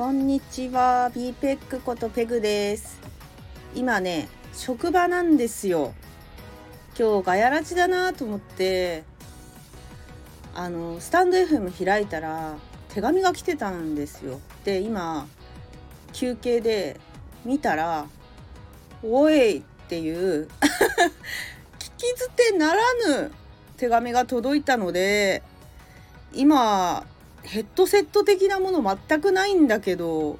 こんにちは、ビーペックことペグです。今ね、職場なんですよ。今日ガヤラジだなと思ってスタンド FM 開いたら手紙が来てたんですよ。で、今休憩で見たらおいっていう聞き捨てならぬ手紙が届いたので、今ヘッドセット的なもの全くないんだけど、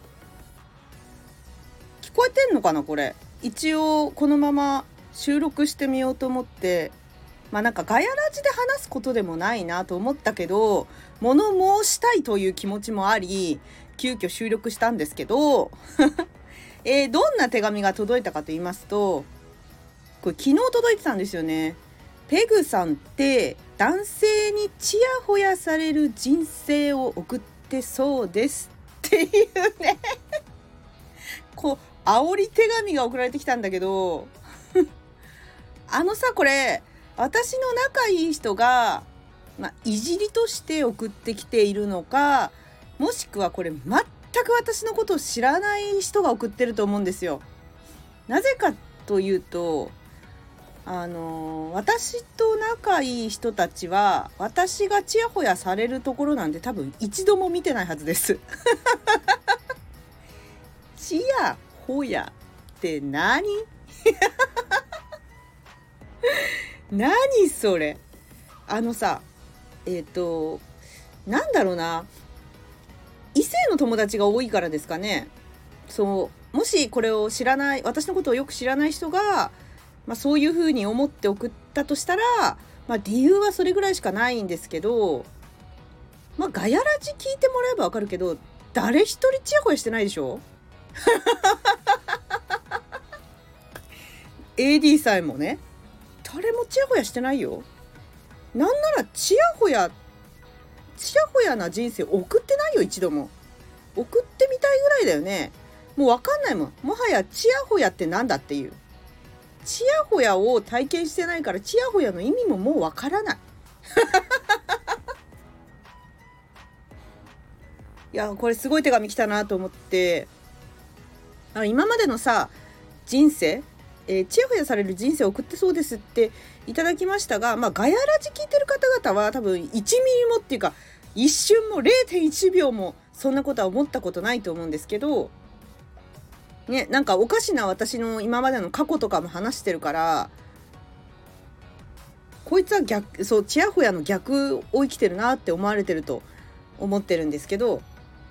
聞こえてんのかなこれ。一応このまま収録してみようと思って、なんかガヤラジで話すことでもないなと思ったけど、物申したいという気持ちもあり急遽収録したんですけどどんな手紙が届いたかと言いますと、これ昨日届いてたんですよね。ペグさんって男性にチヤホヤされる人生を送ってそうですっていうね煽り手紙が送られてきたんだけどこれ私の仲いい人が、いじりとして送ってきているのか、もしくはこれ全く私のことを知らない人が送ってると思うんですよ。なぜかというと、私と仲いい人たちは私がチヤホヤされるところなんて多分一度も見てないはずですチヤホヤって何何それ。なんだろうな、異性の友達が多いからですかね。もしこれを知らない、私のことをよく知らない人がそういうふうに思って送ったとしたら、理由はそれぐらいしかないんですけど、ガヤラジ聞いてもらえばわかるけど、誰一人チヤホヤしてないでしょAD さえもね、誰もチヤホヤしてないよ。なんならチヤホヤな人生送ってないよ。一度も送ってみたいぐらいだよね。もうわかんないもん。もはやチヤホヤってなんだっていう。チヤホヤを体験してないから、チヤホヤの意味ももうわからないいや、これすごい手紙来たなと思って、今までの人生、チヤホヤされる人生を送ってそうですっていただきましたが、ガヤラジ聞いてる方々は多分1ミリもっていうか、一瞬も 0.1 秒もそんなことは思ったことないと思うんですけどね。なんかおかしな私の今までの過去とかも話してるから、こいつはチヤホヤの逆を生きてるなって思われてると思ってるんですけど、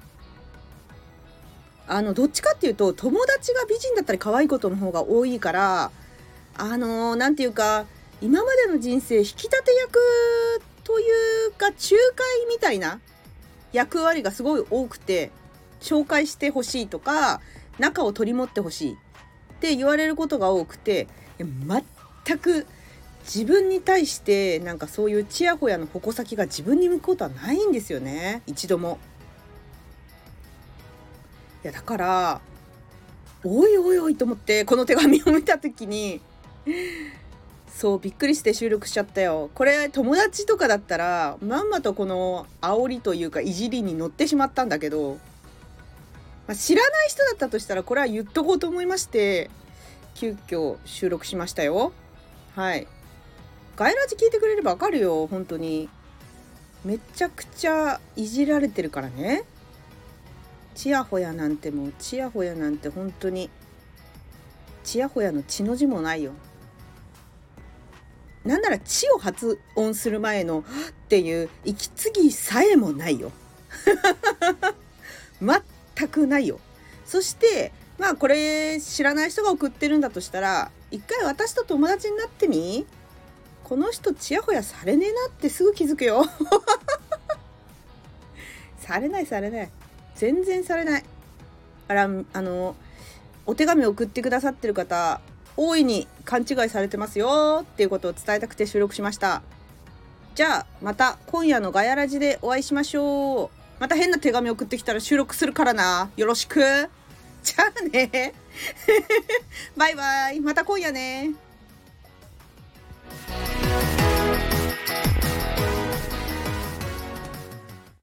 どっちかっていうと友達が美人だったり可愛いことの方が多いから、なんていうか、今までの人生引き立て役というか仲介みたいな役割がすごい多くて、紹介してほしいとか仲を取り持ってほしいって言われることが多くて、全く自分に対してなんかそういうチヤホヤの矛先が自分に向くことはないんですよね、一度も。いや、だからおいおいおいと思ってこの手紙を見た時にびっくりして収録しちゃったよ。これ友達とかだったらまんまとこの煽りというかいじりに乗ってしまったんだけど、知らない人だったとしたらこれは言っとこうと思いまして急遽収録しましたよ。はい、ガイラジ聞いてくれればわかるよ。本当にめちゃくちゃいじられてるからね。チヤホヤなんて本当にチヤホヤの血の字もないよ。なんなら血を発音する前のっていう息継ぎさえもないよ全くないよ。そしてこれ知らない人が送ってるんだとしたら、一回私と友達になってみ。この人チヤホヤされねえなってすぐ気づくよされない、全然されない。お手紙を送ってくださってる方、大いに勘違いされてますよっていうことを伝えたくて収録しました。じゃあまた今夜のガヤラジでお会いしましょう。また変な手紙送ってきたら収録するからな。よろしく。じゃあねバイバイ。また今夜ね。